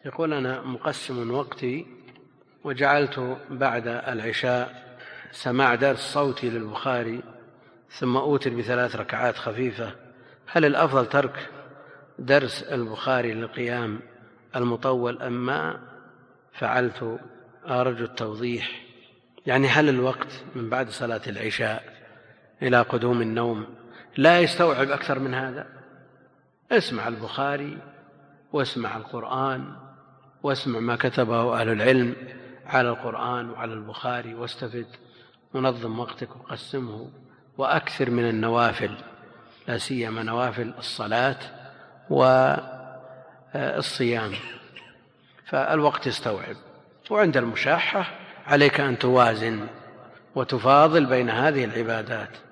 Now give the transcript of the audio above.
يقول: أنا مقسم وقتي وجعلت بعد العشاء سماع درس صوتي للبخاري ثم أوتر ب3 ركعات خفيفة، هل الأفضل ترك درس البخاري للقيام المطول أم ما فعلت؟ أرجو التوضيح. يعني هل الوقت من بعد صلاة العشاء إلى قدوم النوم لا يستوعب أكثر من هذا؟ اسمع البخاري واسمع القرآن واسمع ما كتبه أهل العلم على القرآن وعلى البخاري واستفد، ونظم وقتك وقسمه، وأكثر من النوافل، لا سيما نوافل الصلاة والصيام، فالوقت يستوعب. وعند المشاحة عليك أن توازن وتفاضل بين هذه العبادات.